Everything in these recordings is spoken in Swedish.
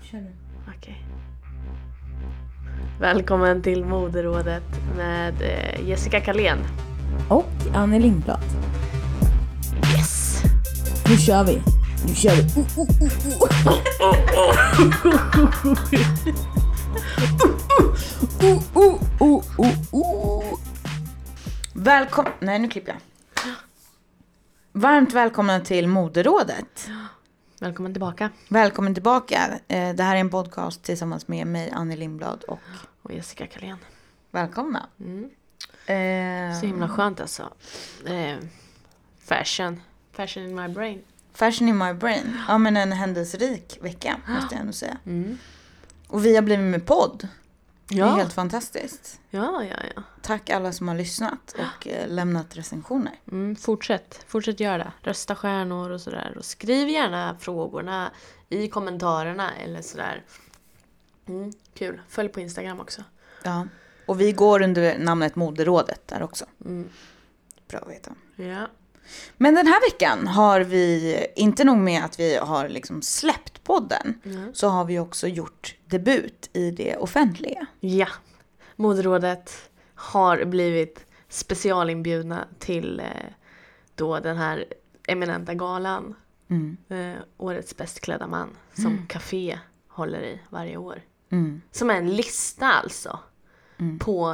Kör nu. Okej. Välkommen till Moderrådet med Jessica Kalén. Och Annie Lindblad. Yes! Nu kör vi. Välkommen. Nej, nu klipper jag. Varmt välkomna till Moderrådet. Välkommen tillbaka. Välkommen tillbaka. Det här är en podcast tillsammans med mig, Annie Lindblad Och Jessica Kalén. Välkomna. Så himla skönt alltså. Fashion in my brain. Fashion in my brain. Ja, men en händelserik vecka måste jag ändå säga. Och vi har blivit med podd. Det är helt fantastiskt. Ja. Tack alla som har lyssnat och lämnat recensioner. Fortsätt göra det. Rösta stjärnor och sådär. Och skriv gärna frågorna i kommentarerna eller sådär. Kul. Följ på Instagram också. Ja. Och vi går under namnet Moderrådet där också. Bra att veta. Ja. Men den här veckan har vi, inte nog med att vi har liksom släppt podden, så har vi också gjort debut i det offentliga. Ja. Moderrådet har blivit specialinbjudna till då den här eminenta galan. Årets bäst klädda man som Café håller i varje år. Som är en lista alltså på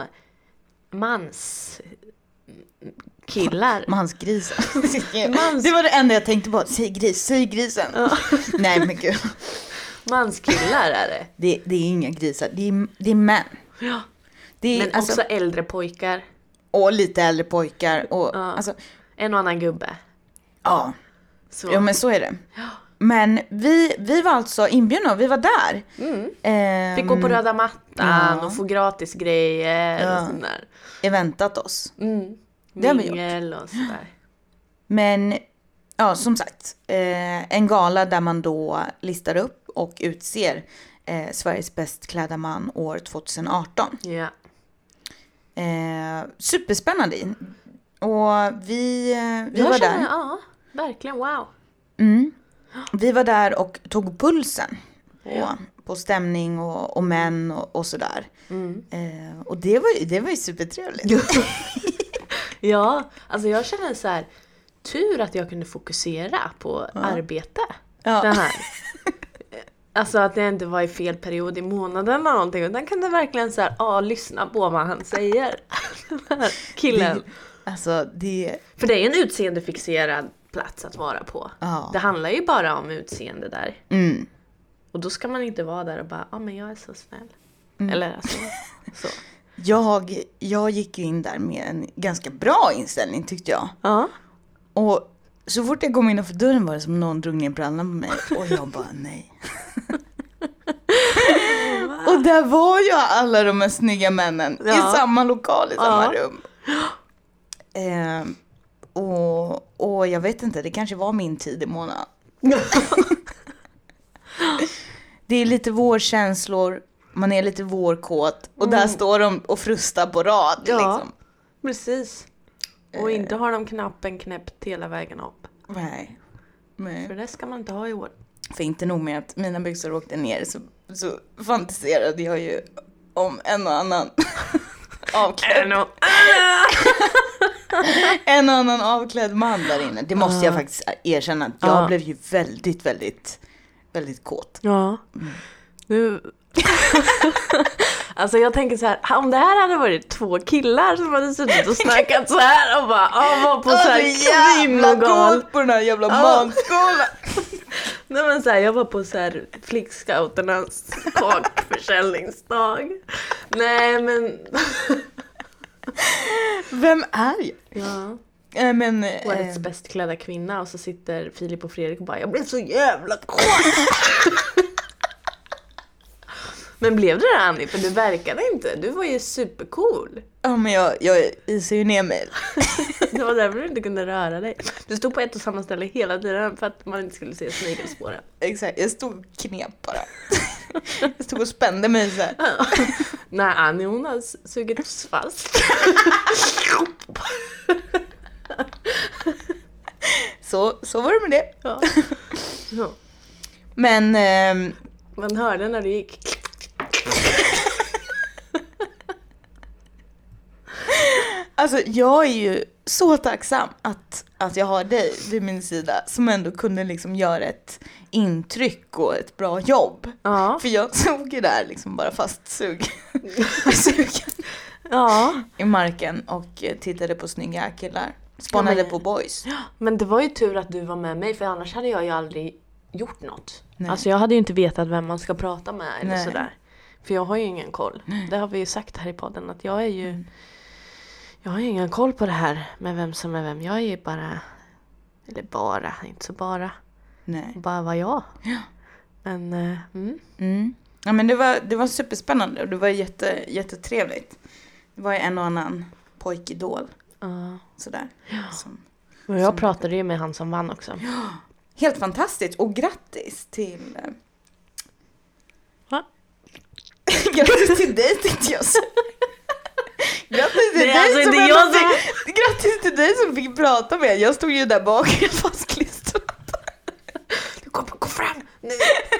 killar. Mansgrisen. Det var det enda jag tänkte på. Säg grisen. Ja. Nej men gud. Manskillar är det. Det är inga grisar. Det är män. Ja. Det är, men också äldre pojkar. Och lite äldre pojkar. Och, alltså, en och annan gubbe. Ja. Ja men så är det. Ja. Men vi var alltså inbjudna. Vi var där. Fick gå på röda mattan och få gratis grejer och sånt där. Eventat oss. Det har vi gjort. Och sådär. Men ja, som sagt, en gala där man då listar upp och utser Sveriges bäst klädda man år 2018. Ja. Superspännande. Och vi var där. Ja, verkligen, wow. Vi var där och tog pulsen på stämning och män och sådär. Och det var ju supertrevligt. Ja, alltså jag känner så här, tur att jag kunde fokusera på arbete. Ja. Det här. Alltså att det inte var i fel period i månaden eller någonting. Utan kunde verkligen så här, lyssna på vad han säger. Den här killen. För det är en utseendefixerad plats att vara på. Ja. Det handlar ju bara om utseende där. Och då ska man inte vara där och bara, men jag är så snäll. Eller alltså, så. Jag gick ju in där med en ganska bra inställning tyckte jag. Ja. Och så fort jag kom innanför dörren var det som någon drog ner brallan på mig. Och jag bara, nej. Och där var ju alla de här snygga männen i samma lokal, i samma rum. Och jag vet inte, det kanske var min tid i månaden. Det är lite vårkänslor. Man är lite vårkåt. Och där står de och frustar på rad. Ja, liksom. Precis. Och inte har de knappen knäppt hela vägen upp. Nej. För det ska man inte ha i år. För inte nog med att mina byxor åkte ner så fantiserade jag ju om en och annan avklädd. En och annan avklädd man där inne. Det måste jag faktiskt erkänna. Jag blev ju väldigt, väldigt, väldigt kåt. Ja. Nu... Alltså jag tänker så här, om det här hade varit två killar som hade suttit och snackat så här och bara, var på så här kvinnogal på den här jävla manskolan. Nej men så här, jag var på så här flickscouternas kakförsäljningsdag. Nej men vem är jag? Ja. Men årets bäst klädda kvinna och så sitter Filip och Fredrik och bara, jag blev så jävla kåt. Men blev det Annie? För du verkade inte. Du var ju supercool. Ja, men jag isar ju ner mig. Det var därför du inte kunde röra dig. Du stod på ett och samma ställe hela tiden för att man inte skulle se snigelspåren. Exakt, jag stod och knep bara. Jag stod och spände mig så här. Nej, Annie hon har sugit fast. Så var det med det. Ja. Men Man hörde när du gick. Alltså jag är ju så tacksam att jag har dig vid min sida som ändå kunde liksom göra ett intryck och ett bra jobb. Ja. För jag såg ju där liksom bara fastsugen i marken och tittade på snygga killar. Spanade på boys. Men det var ju tur att du var med mig, för annars hade jag ju aldrig gjort något. Nej. Alltså jag hade ju inte vetat vem man ska prata med eller sådär. För jag har ju ingen koll. Det har vi ju sagt här i podden att jag är ju... Jag har ju ingen koll på det här med vem som är vem. Jag är ju bara... Eller bara, inte så bara. Nej. Bara var jag. Ja. Men... Ja, men det var superspännande och det var jättetrevligt. Det var ju en och annan pojkidol. Sådär. Ja. Och jag pratade ju med han som vann också. Ja. Helt fantastiskt. Och grattis till... Va? Grattis till dig, tänkte jag säga. Grattis till dig som fick prata med. Jag stod ju där bak helt fastklistrad. Du gå fram. Nej.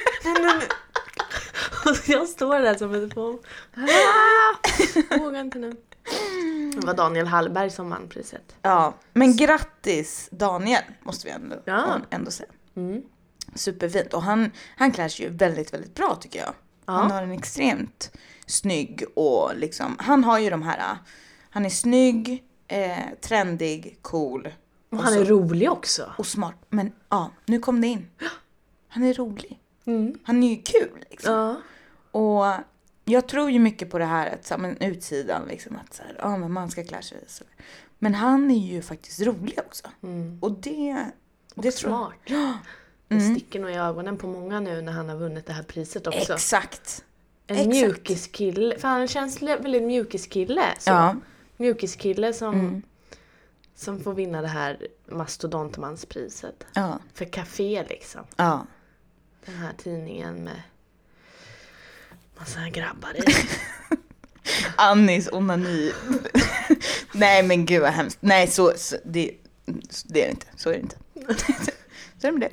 Och jag står där som ett på. Vågar inte nu. Det var Daniel Hallberg som vann priset. Ja, men grattis Daniel måste vi ändå säga. Superfint. Och han klär sig ju väldigt, väldigt bra tycker jag. Ja. Han har en extremt snygg och liksom, han har ju de här, han är snygg, trendig, cool. Och han är rolig också. Och smart. Men ja, nu kom det in. Han är rolig. Han är ju kul liksom. Ja. Och jag tror ju mycket på det här att utsidan liksom att så här, men man ska klä sig så. Men han är ju faktiskt rolig också. Och det och smart. Ja. Det sticker nog i ögonen på många nu när han har vunnit det här priset också. Exakt. En mjukiskille. För han känns väldigt mjukiskille. Ja. Mjukiskille som får vinna det här mastodontmanspriset. Ja. För café liksom. Ja. Den här tidningen med massa grabbar i. Annis onani. Nej men gud vad hemskt. Nej så det är det inte. Så är det inte. Så är det.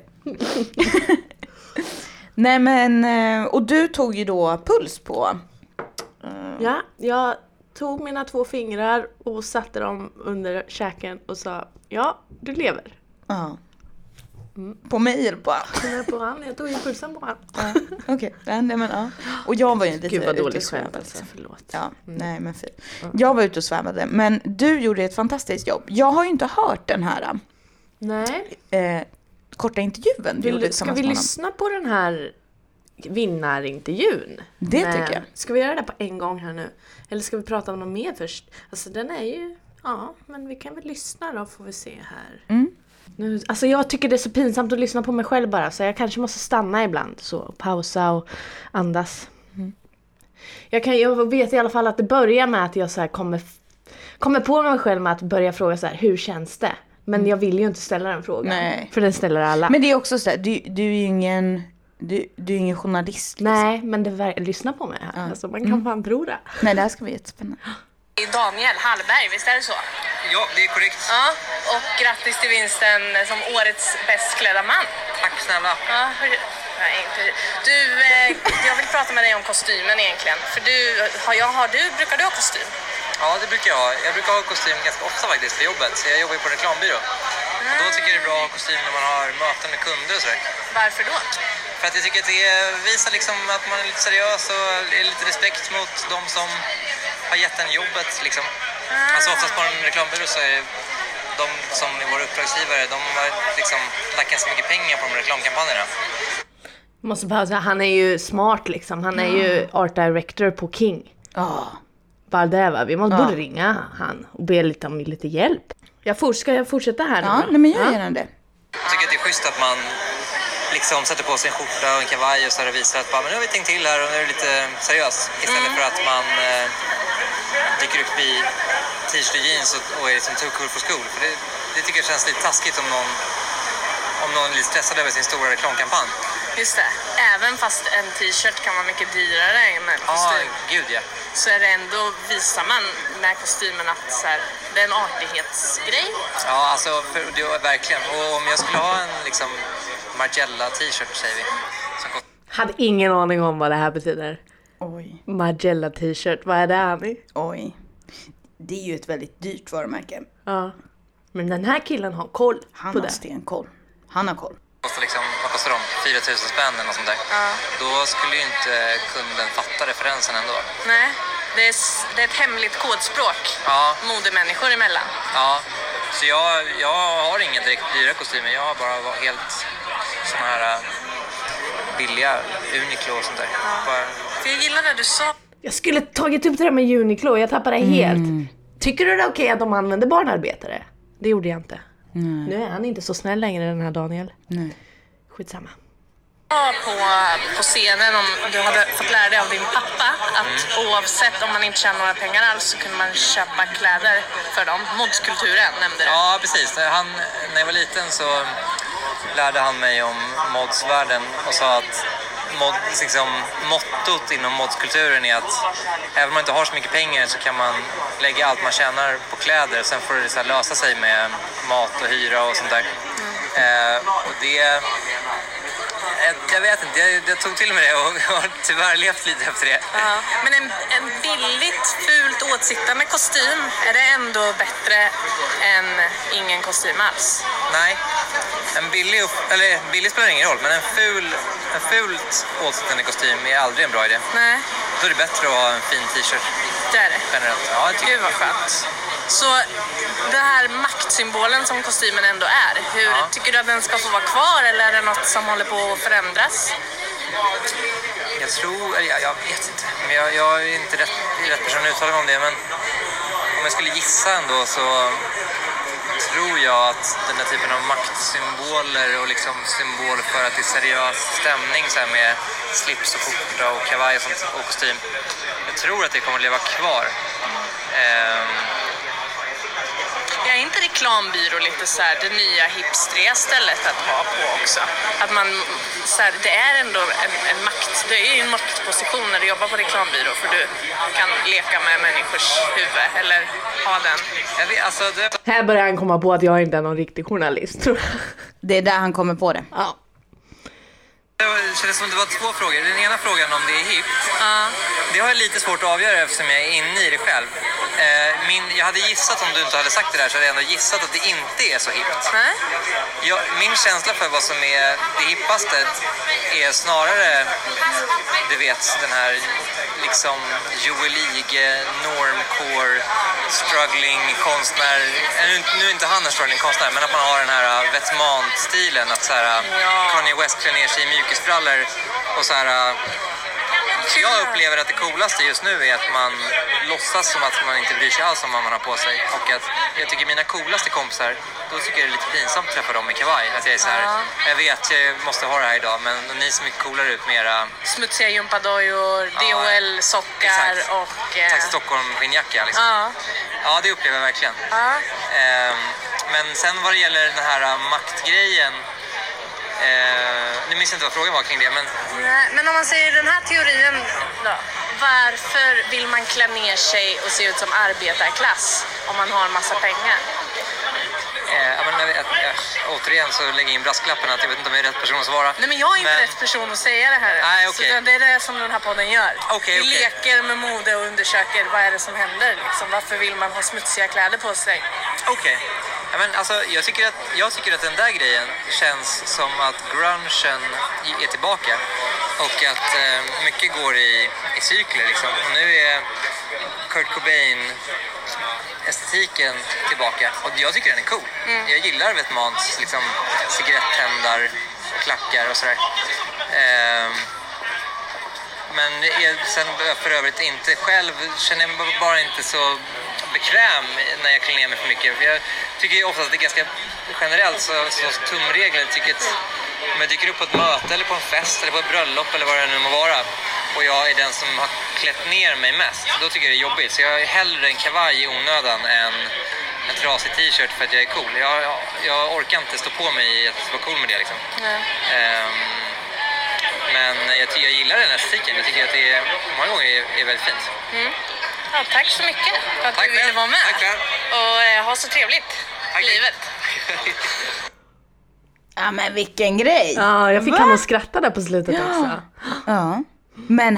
Nej men, och du tog ju då puls på... Ja, jag tog mina 2 fingrar och satte dem under käken och sa, ja, du lever. Ja. På mig eller på han? På han, jag tog ju pulsen på han. Ja, okej. Ja. Och jag var ju lite Gud vad dåligt skämt alltså, förlåt. Ja, nej men fint. Jag var ute och svävade, men du gjorde ett fantastiskt jobb. Jag har ju inte hört den här... Nej. Korta intervjun. Ska vi lyssna på den här vinnarintervjun? Det tycker jag. Ska vi göra det på en gång här nu? Eller ska vi prata om något mer först? Alltså den är ju... Ja, men vi kan väl lyssna då, får vi se här. Nu, alltså jag tycker det är så pinsamt att lyssna på mig själv bara. Så jag kanske måste stanna ibland. Så pausa och andas. Jag vet i alla fall att det börjar med att jag så här kommer på mig själv med att börja fråga så här, hur känns det? Men jag vill ju inte ställa den frågan. Nej. För den ställer alla. Men det är också så här, du är ju ingen... Du är ingen journalist. Liksom. Nej, men lyssna på mig här. Ja. Alltså, man kan fan tro det. Nej, det här ska bli jättespännande. Daniel Hallberg, visst är det så? Ja, det är korrekt. Ja, och grattis till vinsten som årets bäst klädda man. Tack snälla. Ja, du, jag vill prata med dig om kostymen egentligen. För brukar du ha kostym? Ja, det brukar jag ha. Jag brukar ha kostym ganska ofta faktiskt för jobbet. Så jag jobbar ju på en reklambyrå. Och då tycker jag det är bra att ha kostym när man har möten med kunder och sådär. Varför då? För att jag tycker att det visar liksom att man är lite seriös och är lite respekt mot de som har gett en jobbet liksom. Alltså oftast på en reklambyrå så är de som är våra uppdragsgivare, de har liksom lagt ganska mycket pengar på de reklamkampanjerna. Måste bara säga, han är ju smart liksom. Han är ju art director på King. Bara det va, vi måste borde ringa han och be om lite hjälp. Ska jag fortsätta här nu? Ja, men jag gör det. Jag tycker att det är schysst att man liksom sätter på sig en skjorta och en kavaj och så här och visar att men nu har vi tänkt till här och nu är det lite seriöst. Istället för att man dyker upp i t-shirt och jeans och är liksom too cool for school. För det tycker jag känns lite taskigt om någon är lite stressad över sin stora reklamkampanj. Just det, även fast en t-shirt kan vara mycket dyrare än en kostym. Ja, gud ja. Så är det ändå, visar man med kostymen att så här, det är en artighetsgrej. Ja, alltså verkligen. Och om jag skulle ha en liksom Margiela t-shirt säger vi. Hade ingen aning om vad det här betyder. Oj. Magella t-shirt, vad är det, Annie? Oj. Det är ju ett väldigt dyrt varumärke. Ja. Men den här killen har koll Han på har det. stenkoll. Han har koll. Vad kostar de? 4 000 spänn eller något sånt där. Ja. Då skulle ju inte kunden fatta referensen ändå. Nej, det är ett hemligt kodspråk. Ja. Modemänniskor emellan. Ja, så jag har ingen direkt dyra kostymer. Jag har bara helt såna här billiga Uniqlo och sånt där. Bara... För jag gillar det du sa. Jag skulle tagit upp det där med Uniqlo, jag tappade det helt. Tycker du det är okej att de använder barnarbetare? Det gjorde jag inte. Nu är han inte så snäll längre, den här Daniel. Nej. Skitsamma. På scenen, om du hade fått lära dig av din pappa att oavsett om man inte tjänar några pengar alls så kunde man köpa kläder för dem. Modskulturen nämnde du. Ja, precis. När jag var liten så lärde han mig om modsvärlden och sa att mottot inom modskulturen är att även om man inte har så mycket pengar så kan man lägga allt man tjänar på kläder. Sen får det så här lösa sig med mat och hyra och sånt där. Och det... Jag vet inte, jag tog till mig det och har tyvärr levt lite efter det. Ja, men en billigt, fult åtsittande kostym, är det ändå bättre än ingen kostym alls? Nej, billig spelar ingen roll, men en fult åtsittande kostym är aldrig en bra idé. Nej. Då är det bättre att ha en fin t-shirt. Det är det. Generellt. Ja, jag tycker Gud vad skönt. Så den här maktsymbolen som kostymen ändå är, tycker du att den ska få vara kvar eller är det något som håller på att förändras? Jag vet inte. Men jag är inte rätt person att uttala mig om det, men om jag skulle gissa ändå så tror jag att den här typen av maktsymboler och liksom symbol för att det är seriös stämning så här med slips och skjorta och kavaj och kostym. Jag tror att det kommer att leva kvar. Jag är inte reklambyrå lite så här det nya hipstriga stället att ha på också. Att man så här, det är ändå en makt. Det är ju en maktposition när du jobbar på reklambyrå för du kan leka med människors huvud eller ha den. Jag vet, alltså Här börjar han komma på att jag inte är någon riktig journalist, tror jag. Det är där han kommer på det. Ja. Det kändes som det var två frågor. Den ena frågan om det är hippt. Det har jag lite svårt att avgöra eftersom jag är inne i det själv. Jag hade gissat, om du inte hade sagt det där, så hade jag ändå gissat att det inte är så hippt. Min känsla för vad som är det hippaste är snarare, du vet, den här liksom Joelige, normcore, struggling konstnär. Nu är inte han en struggling konstnär, men att man har den här vetemantstilen, att så här, Kanye West klär ner sig i mjukisbrallor och så här. Jag upplever att det coolaste just nu är att man låtsas som att man inte bryr sig alls om vad man har på sig. Och att jag tycker mina coolaste kompisar, då tycker jag det är lite pinsamt att träffa dem i kavaj. Att jag är så här, jag vet jag måste ha det här idag, men ni ser mycket coolare ut med era... Smutsiga gympadojor, DHL-sockar och... Taxi Stockholm-skinnjacka liksom. Ja, det upplever jag verkligen. Men sen vad det gäller den här maktgrejen, nu minns jag inte vad frågan var kring det, men... Nej, men om man säger den här teorin då, varför vill man klä ner sig och se ut som arbetarklass om man har en massa pengar? Återigen så lägger jag in brasklappen att jag vet inte om jag är rätt person att svara. Nej, men jag är inte rätt person att säga det här. Nej, okay. Så det är det som den här podden gör. Vi leker med mode och undersöker vad är det som händer. Liksom. Varför vill man ha smutsiga kläder på sig? Okej. Ja, men alltså, jag tycker att den där grejen känns som att grungen är tillbaka. Och att mycket går i cykler liksom. Och nu är Kurt Cobain estetiken tillbaka och jag tycker den är cool. Jag gillar Vetements liksom cigarettändar, klackar och sådär. Men sen för övrigt inte själv känner jag mig bara inte så bekväm när jag klär ner mig för mycket. För jag tycker ju ofta att det är ganska generellt så tumregler tycker att om jag dyker upp på ett möte eller på en fest eller på ett bröllop eller vad det nu må vara och jag är den som har klätt ner mig mest, då tycker jag det är jobbigt. Så jag är hellre en kavaj i onödan än en trasig t-shirt för att jag är cool. Jag orkar inte stå på mig att vara cool med det liksom. Men jag gillar den estetiken. Jag tycker att det många gånger är väldigt fint. Ja, tack så mycket för att du ville vara med. Tack. Och ha så trevligt i livet. Ja, men vilken grej! Ja, jag fick han att skratta där på slutet också. Ja, men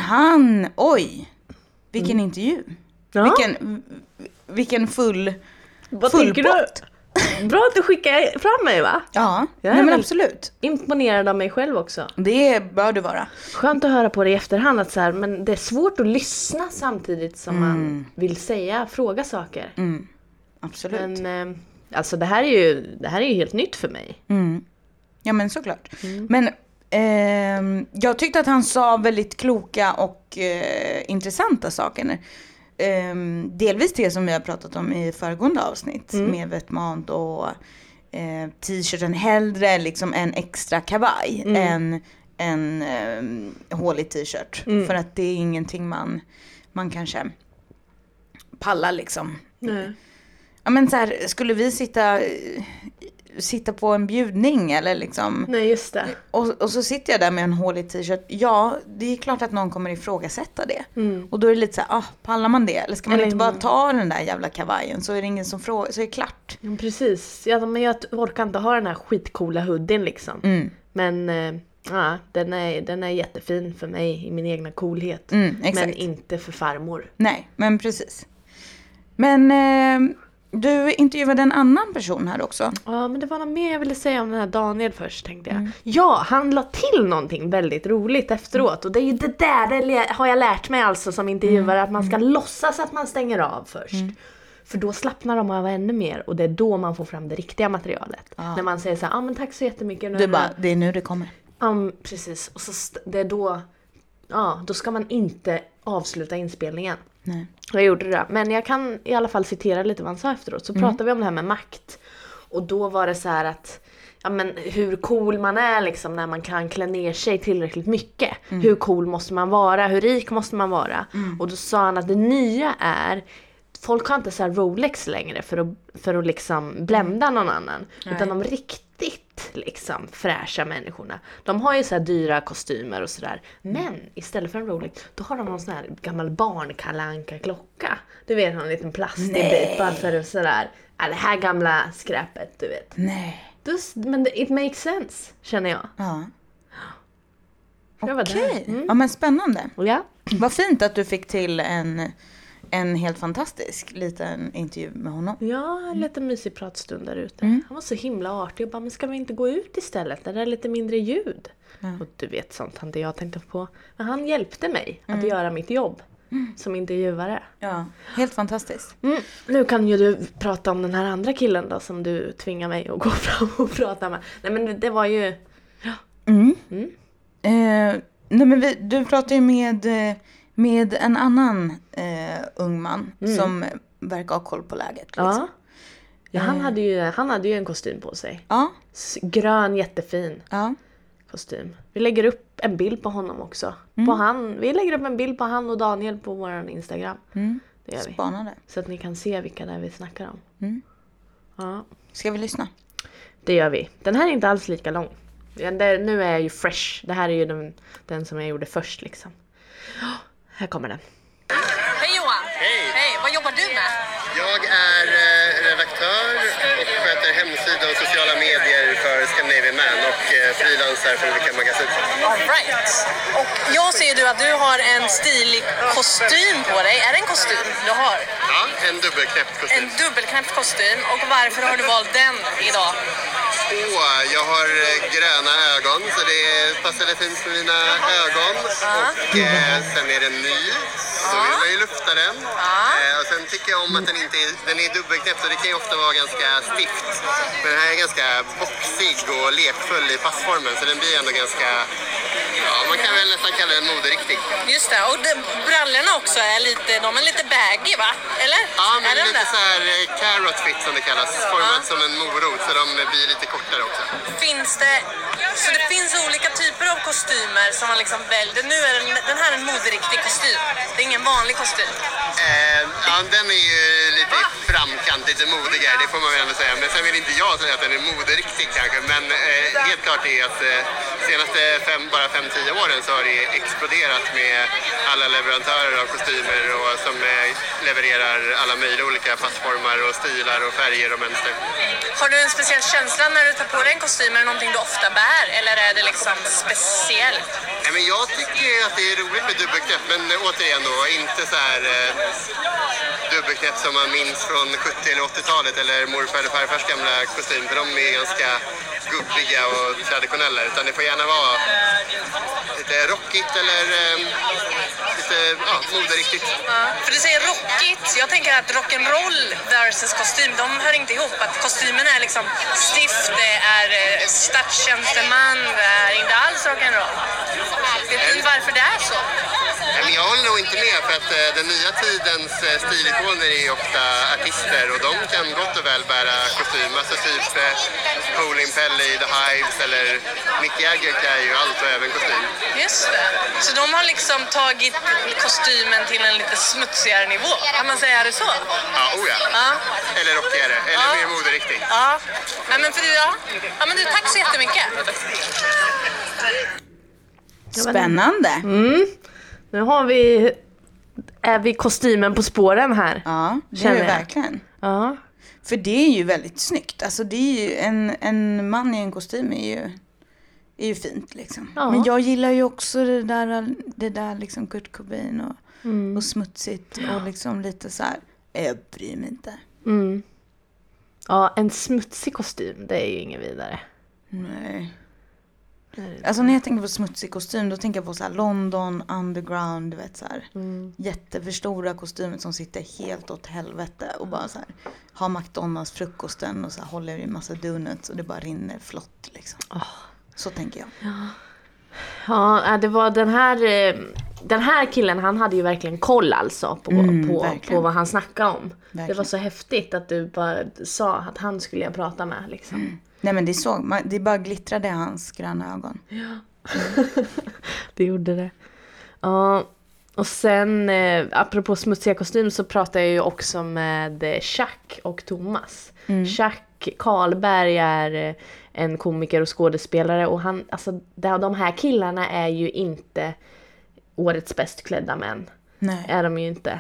vilken intervju. Ja. Vilken full pott. Bra att du skickar fram mig, va? Ja, men absolut. Imponerad av mig själv också. Det bör du vara. Skönt att höra på det i efterhand att så här, men det är svårt att lyssna samtidigt som man vill fråga saker. Absolut. Men alltså det här är ju helt nytt för mig. Ja, men såklart. Men jag tyckte att han sa väldigt kloka och intressanta saker. Delvis det som vi har pratat om i föregående avsnitt med vetemant och t-shirten, hellre liksom en extra kavaj än en hålig t-shirt. För att det är ingenting man kanske pallar liksom. Ja, men så här, skulle vi sitta på en bjudning eller liksom. Nej, just det. Och så sitter jag där med en hålig t-shirt. Ja, det är klart att någon kommer ifrågasätta det. Och då är det lite så här, pallar man det? Eller ska man inte bara ta den där jävla kavajen så är det ingen som frågar, så är det klart. Ja, precis. Ja, men jag orkar inte ha den här skitcoola hoodien liksom. Men den är jättefin för mig i min egna coolhet. Men inte för farmor. Nej, men precis. Men du intervjuade en annan person här också. Ja, men det var något mer jag ville säga om den här Daniel först, tänkte jag. Ja, han la till någonting väldigt roligt efteråt. Och det är ju det har jag lärt mig alltså som intervjuare. Att man ska låtsas att man stänger av först. För då slappnar de av ännu mer. Och det är då man får fram det riktiga materialet. När man säger så här, men tack så jättemycket. Du bara, det är nu det kommer. Precis. Och så det är då ska man inte avsluta inspelningen. Nej. Jag gjorde det. Men jag kan i alla fall citera lite vad han sa efteråt. Så pratade vi om det här med makt. Och då var det så här att hur cool man är liksom när man kan klä ner sig tillräckligt mycket. Hur cool måste man vara? Hur rik måste man vara? Och då sa han att det nya är, folk har inte så här Rolex längre för att liksom blända någon annan. Utan de riktigt liksom fräscha människorna. De har ju så här dyra kostymer och sådär. Men istället för en Rolex, då har de någon sån här gammal barnkalanka-klocka. Du vet, någon liten plastig bara för sådär. Det här gamla skräpet, du vet. Nej. Men it makes sense, känner jag. Ja. Okej. Ja, men spännande. Ja. Vad fint att du fick till en helt fantastisk liten intervju med honom. Ja, lite mysig pratstund där ute. Han var så himla artig. Jag bara, men ska vi inte gå ut istället? Där det är lite mindre ljud. Och du vet, sånt hade jag tänkt på. Men han hjälpte mig att göra mitt jobb som intervjuare. Ja, helt fantastiskt. Nu kan ju du prata om den här andra killen då, som du tvingar mig att gå fram och prata med. Nej, men det var ju... Nej, men du pratade ju med en annan ung man som verkar ha koll på läget. Liksom. Ja, han hade ju en kostym på sig. Ja. Grön, jättefin kostym. Vi lägger upp en bild på honom också. Vi lägger upp en bild på han och Daniel på vår Instagram. Det gör vi. Spännande. Så att ni kan se vilka det är vi snackar om. Ja. Ska vi lyssna? Det gör vi. Den här är inte alls lika lång. Nu är jag ju fresh. Det här är ju den som jag gjorde först liksom. Här kommer den. Hej Johan! Hej! Vad jobbar du med? Jag är redaktör och sköter hemsida och sociala medier för Scandinavian Man och frilansar för olika magasin. All right. Och jag ser ju att du har en stilig kostym på dig. Är det en kostym du har? Ja, en dubbelknäppt kostym. En dubbelknäppt kostym. Och varför har du valt den idag? Jag har gröna ögon så det passade fint med mina ögon. Och sen är den ny. Då vill man ju lufta den. Och sen tycker jag om att den är dubbelknäppt och det kan ju ofta vara ganska stift. Men den här är ganska boxig och lekfull i passformen så den blir ändå ganska, man kan väl nästan kalla den moderiktig. Just det, och brallorna också är lite baggy, va? Eller? Ja, men lite så här carrot fit som det kallas. Format som en morot så de blir lite kortare också. Så det finns olika typer av kostymer som man liksom väljer. Nu är det den här är en moderiktig kostym. Det är ingen vanlig kostym. Ja, den är ju lite i framkant, lite modigare, det får man väl ändå säga. Men sen vill inte jag säga att den är moderiktig kanske. Men helt klart är att senaste 5-10 åren så har det exploderat med alla leverantörer av kostymer och som levererar alla möjliga olika passformar och stilar och färger och mönster. Har du en speciell känsla när du tar på dig en kostym? Är det någonting du ofta bär eller är det liksom speciellt? Nej, men jag tycker att det är roligt med dubbelknäpp, men återigen då, inte så här dubbelknäpp som man minns från 70- eller 80-talet eller morfar eller farfars gamla kostym, för de är ganska gubbiga och traditionella, utan det får gärna vara lite rockigt eller lite moderiktigt. Ja, för du säger rockigt, jag tänker att rock'n'roll versus kostym, de hör inte ihop, att kostymen är liksom stift, det är statstjänsteman, det är inte alls rock'n'roll. Vet du varför det är så? Men jag håller nog inte med, för att den nya tidens stilikoner är ofta artister och de kan gott och väl bära kostym. Alltså typ Colin Pell i The Hives eller Mick Jagger klär ju allt och även kostym. Just det. Så de har liksom tagit kostymen till en lite smutsigare nivå. Kan man säga det så? Ja, ja. Eller rockigare, eller mer moderiktigt. Ja. Ja, men men du, tack så jättemycket. Spännande. Nu är vi kostymen på spåren här. Ja, det är det verkligen. Ja. För det är ju väldigt snyggt. Alltså det är ju en man i en kostym är ju fint liksom. Ja. Men jag gillar ju också det där liksom Kurt Cobain och smutsigt och liksom lite så här, jag bryr mig inte. Ja, en smutsig kostym, det är ju ingen vidare. Nej. Alltså när jag tänker på smutsig kostym, då tänker jag på så här London Underground, du vet så här jätteförstora kostymer som sitter helt åt helvete och bara så här har McDonalds frukosten och så här håller i en massa donuts och det bara rinner flott liksom. Så tänker jag. Ja, det var den här killen, han hade ju verkligen koll alltså på vad han snackade om. Verkligen. Det var så häftigt att du bara sa att han skulle jag prata med liksom. Nej, men det bara glittrade i hans gröna ögon. Ja. Det gjorde det. Ja, och sen apropå smutsiga kostym så pratade jag ju också med Jack och Thomas. Jack Karlberg är en komiker och skådespelare och han, alltså de här killarna är ju inte årets bäst klädda män. Nej. Är de ju inte.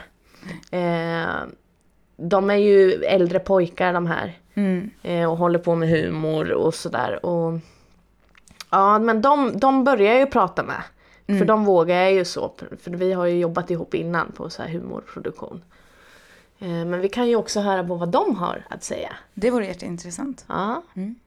De är ju äldre pojkar de här. Och håller på med humor och sådär. Och ja, men de börjar ju prata med. För de vågar jag ju så. För vi har ju jobbat ihop innan på så här humorproduktion. Men vi kan ju också höra på vad de har att säga. Det vore jätteintressant. Ja.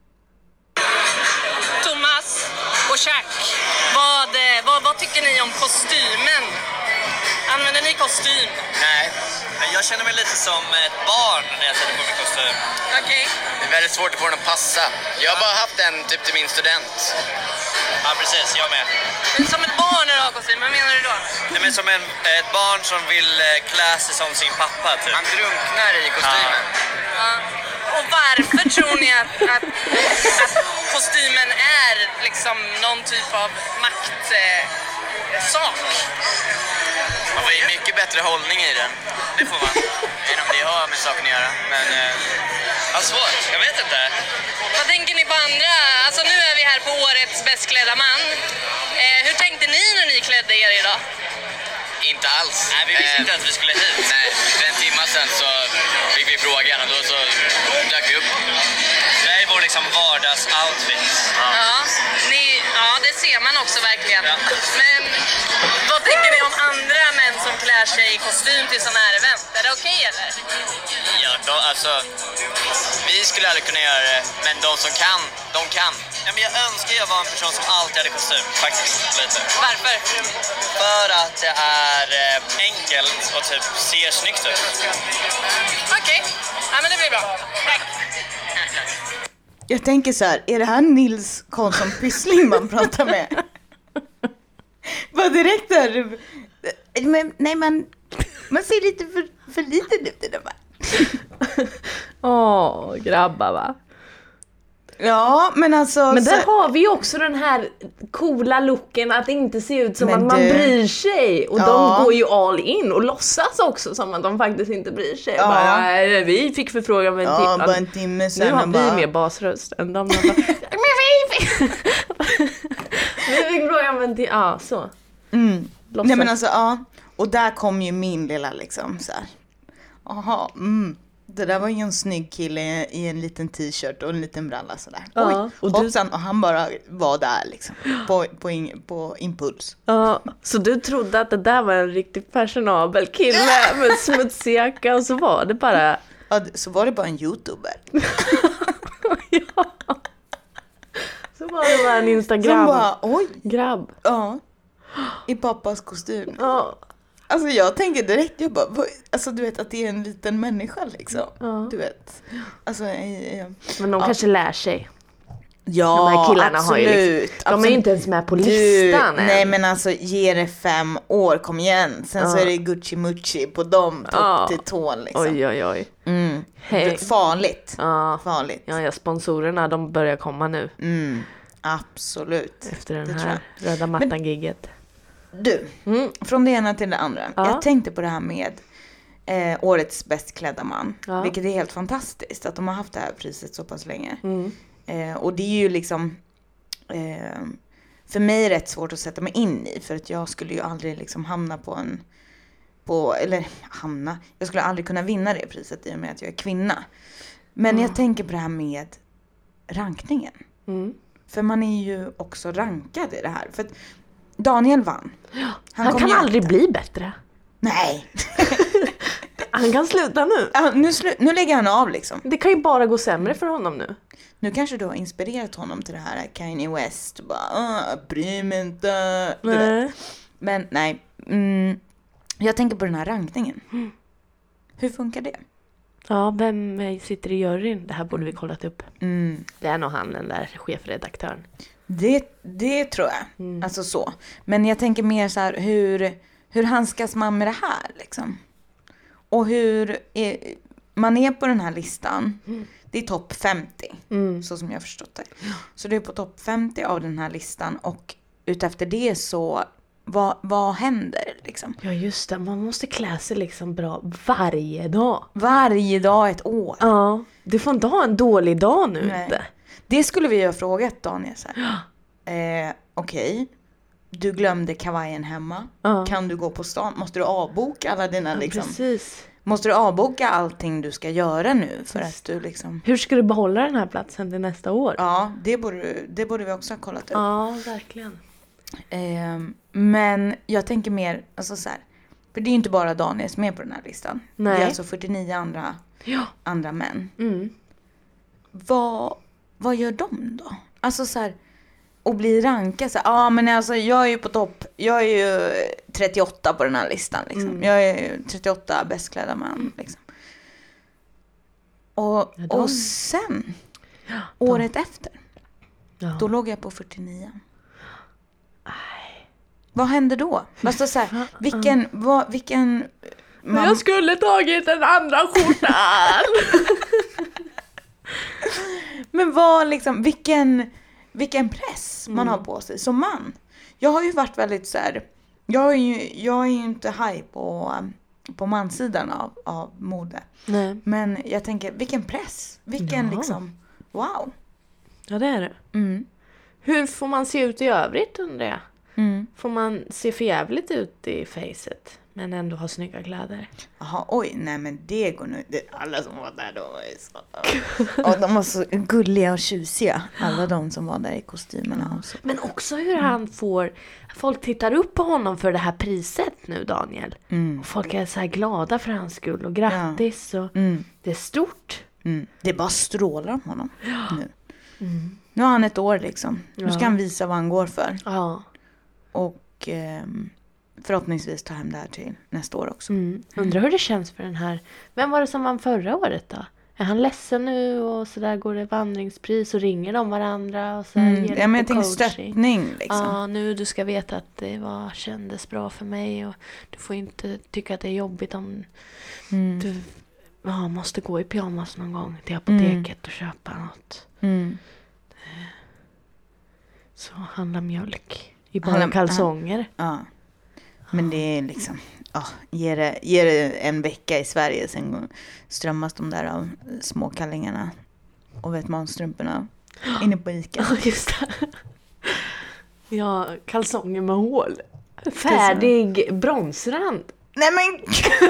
Thomas och Jack, vad tycker ni om kostymen? Använder ni kostym? Nej, men jag känner mig lite som ett barn när jag sätter på min kostym. Okej. Det är väldigt svårt att få den att passa. Jag har bara haft den typ till min student. Ja, precis. Jag med. Som ett barn när du har kostym, vad menar du då? Nej, men som ett barn som vill klä sig som sin pappa, typ. Han drunknar i kostymen. Ja. Och varför tror ni att kostymen är liksom någon typ av maktsak? Man får ju mycket bättre hållning i den. Det får man. Än om det har med saken att göra. Men ja, svårt. Jag vet inte. Vad tänker ni på andra? Alltså nu är vi här på årets bäst klädda man. Hur tänkte ni när ni klädde er idag? Inte alls. Nej, vi visste inte att vi skulle hit. Nej, för en timme sedan så fick vi frågan och då så dök vi upp. Det är vår liksom vardagsoutfit. Ja, det ser man också verkligen. Ja. Men vad tänker ni om andra män som klär sig i kostym till sådana här event? Är det okej eller? Ja, alltså vi skulle aldrig kunna göra det, men de som kan, de kan. Ja, men jag önskar jag var en person som alltid hade kostym, faktiskt. Lite. Varför? För att det är enkelt och typ ser snyggt ut. Okej. Ja, men det blir bra. Tack. Jag tänker så här, är det här Nils Karlsson Pyssling man pratar med? Vad direkt där. Men, nej, man ser lite för liten ut i det där. Grabbar va? Ja, men alltså... Men där har vi ju också den här coola looken att inte se ut som att man bryr sig. Och de går ju all in och låtsas också som att de faktiskt inte bryr sig. Ja. Bara, vi fick förfrågan med en timme. Ja, bara en timme sen. Nu har vi mer basröst än de. Men vi fick frågan med en timme. Ja, så. Nej, men alltså, ja. Och där kom ju min lilla liksom så här. Aha, det där var ju en snygg kille i en liten t-shirt och en liten bralla sådär. Ja, och hoppsan, och han bara var där liksom. På impuls. Ja, så du trodde att det där var en riktigt personabel kille med smutsig jacka och så var det bara... Ja, så var det bara en YouTuber. Ja. Så var det bara en Instagram. Som bara, oj. Grabb. Ja. I pappas kostym. Ja. Alltså jag tänker direkt, jag bara, alltså du vet att det är en liten människa liksom. Ja. Du vet. Alltså, Men de kanske lär sig. Ja, de här killarna absolut. Har ju liksom, de är ju inte ens med på listan än. Nej, men alltså ge det 5 år, kom igen. Sen så är det Gucci Mucci på dem, topp till tån liksom. Oj. Farligt. Farligt. Ja, sponsorerna, de börjar komma nu. Absolut. Efter den här röda mattan-gigget. Du, från det ena till det andra. Jag tänkte på det här med årets bäst klädda man. Vilket är helt fantastiskt att de har haft det här priset så pass länge. Och det är ju liksom för mig rätt svårt att sätta mig in i. För att jag skulle ju aldrig liksom jag skulle aldrig kunna vinna det priset i och med att jag är kvinna. Men jag tänker på det här med rankningen. För man är ju också rankad i det här. För att Daniel vann. Han kan aldrig bli bättre. Nej. Han kan sluta nu. Ja, nu lägger han av liksom. Det kan ju bara gå sämre för honom nu. Nu kanske du har inspirerat honom till det här Kanye West. Bara, bry mig inte. Nej. Men nej. Jag tänker på den här rankningen. Hur funkar det? Ja, vem sitter i juryn? Det här borde vi kollat upp. Det är nog han, den där chefredaktören. Det tror jag. Alltså så. Men jag tänker mer så här, hur handskas man med det här liksom? Och man är på den här listan. Det är topp 50. Så som jag har förstått det. Så det är på topp 50 av den här listan. Och utefter det så vad händer liksom? Ja just det, man måste klä sig liksom bra varje dag. Varje dag ett år. Ja, du får inte ha en dålig dag nu. Inte. Det skulle vi ju ha frågat Daniel så här. Okej. Du glömde kavajen hemma. Kan du gå på stan? Måste du avboka alla dina liksom? Precis. Måste du avboka allting du ska göra nu för att du liksom... Hur ska du behålla den här platsen till nästa år? Ja, det borde vi också ha kollat upp. Ja, verkligen. Men jag tänker mer, alltså så här, för det är ju inte bara Daniel som är på den här listan. Nej. Det är alltså 49 andra män. Vad gör de då? Alltså så här, och bli rankad så här, men alltså jag är ju på topp. Jag är ju 38 på den här listan liksom. Jag är ju 38 bästklädda man liksom. Och sen året efter. Då låg jag på 49. Vad hände då? Alltså så här, vilken jag skulle tagit den andra skjortan. Men vilken press man har på sig som man. Jag har ju varit väldigt så här, jag är ju inte high på mansidan av mode. Nej. Men jag tänker, vilken press. Liksom, wow. Ja, det är det. Hur får man se ut i övrigt, undrar jag? Får man se förjävligt ut i facet men ändå ha snygga kläder? Jaha, oj, nej men det går nu. Alla som var där då var ju så... Och de var så gulliga och tjusiga. Alla de som var där i kostymerna. Och så. Men också hur han får... Folk tittar upp på honom för det här priset nu, Daniel. Och folk är så här glada för hans skull och grattis. Och det är stort. Det bara strålar om honom nu. Nu har han ett år liksom. Nu ska han visa vad han går för. Ja. Och förhoppningsvis ta hem det här till nästa år också. Undrar hur det känns för den här... Vem var det som vann förra året då? Är han ledsen nu och så där går det vandringspris och ringer de varandra och så här ger men jag tänker stöttning liksom. Ja, nu du ska veta att det kändes bra för mig och du får inte tycka att det är jobbigt om du måste gå i pyjamas någon gång till apoteket och köpa något. Så handla mjölk i bara kalsonger. Ja. Men det är liksom, ge det en vecka i Sverige, sen strömmas de där av småkallingarna och vetmanstrumporna inne på Ica. Ja, just det. Ja, kalsonger med hål. Färdig bronsrand. Nej men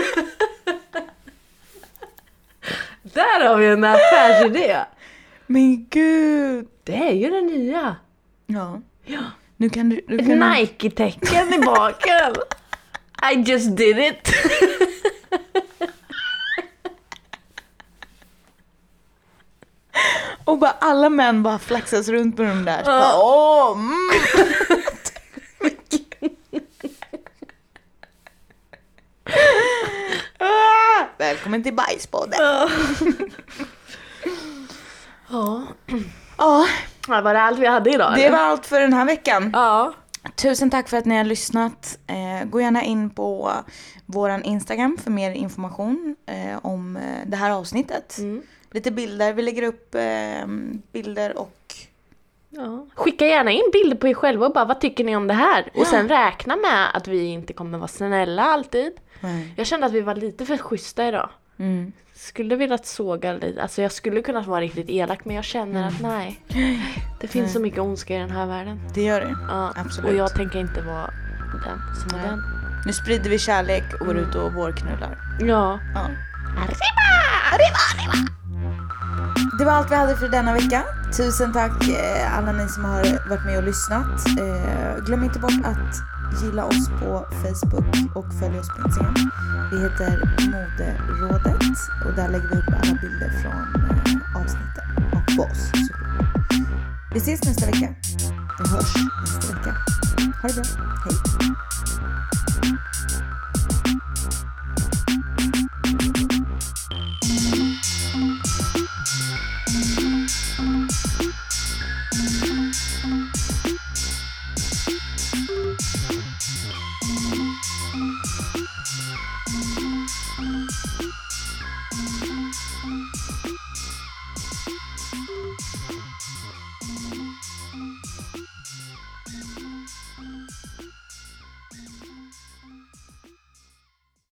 där har vi en affärsidé. Men gud. Det är ju det nya. Ja. Ja. Nu kan du ett Nike-tecken i baken. I just did it. Och bara alla män bara flaxas runt på de där. Välkommen till Bajspodden. Det var det allt vi hade idag? Det var allt för den här veckan. Ja. Tusen tack för att ni har lyssnat. Gå gärna in på våran Instagram för mer information om det här avsnittet. Lite bilder. Vi lägger upp bilder och... Ja. Skicka gärna in bilder på er själva och bara, vad tycker ni om det här? Och sen räkna med att vi inte kommer vara snälla alltid. Jag kände att vi var lite för schyssta idag. Skulle vilja såga lite. Alltså jag skulle kunna vara riktigt elak, men jag känner att nej. Det finns så mycket ondska i den här världen. Det gör det. Ja, absolut. Och jag tänker inte vara den som är den. Nu sprider vi kärlek och går ut och vårknullar. Ja. Arriba! Det var allt vi hade för denna vecka. Tusen tack alla ni som har varit med och lyssnat. Glöm inte bort att gilla oss på Facebook och följ oss på Instagram. Vi heter Moderådet och där lägger vi upp alla bilder från avsnittet och på oss. Vi ses nästa vecka. Vi hörs nästa vecka. Ha det bra. Hej.